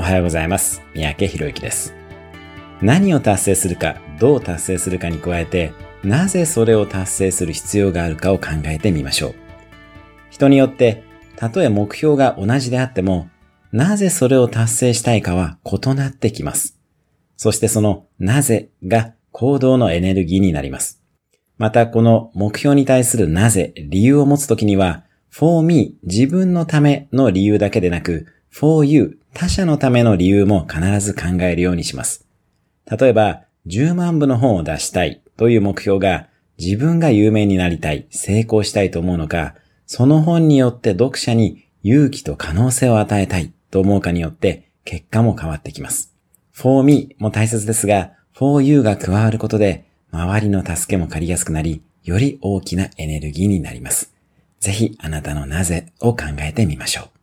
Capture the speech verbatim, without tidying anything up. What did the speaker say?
はようございます。三宅博之です。何を達成するか、どう達成するかに加えて、なぜそれを達成する必要があるかを考えてみましょう。人によって、たとえ目標が同じであっても、なぜそれを達成したいかは異なってきます。そしてそのなぜが行動のエネルギーになります。またこの目標に対するなぜ、理由を持つときには、for me 自分のための理由だけでなく、for you 他者のための理由も必ず考えるようにします。例えば、じゅうまんぶの本を出したいという目標が自分が有名になりたい、成功したいと思うのか、その本によって読者に勇気と可能性を与えたいと思うかによって結果も変わってきます。for me も大切ですが、for you が加わることで周りの助けも借りやすくなり、より大きなエネルギーになります。ぜひあなたのなぜを考えてみましょう。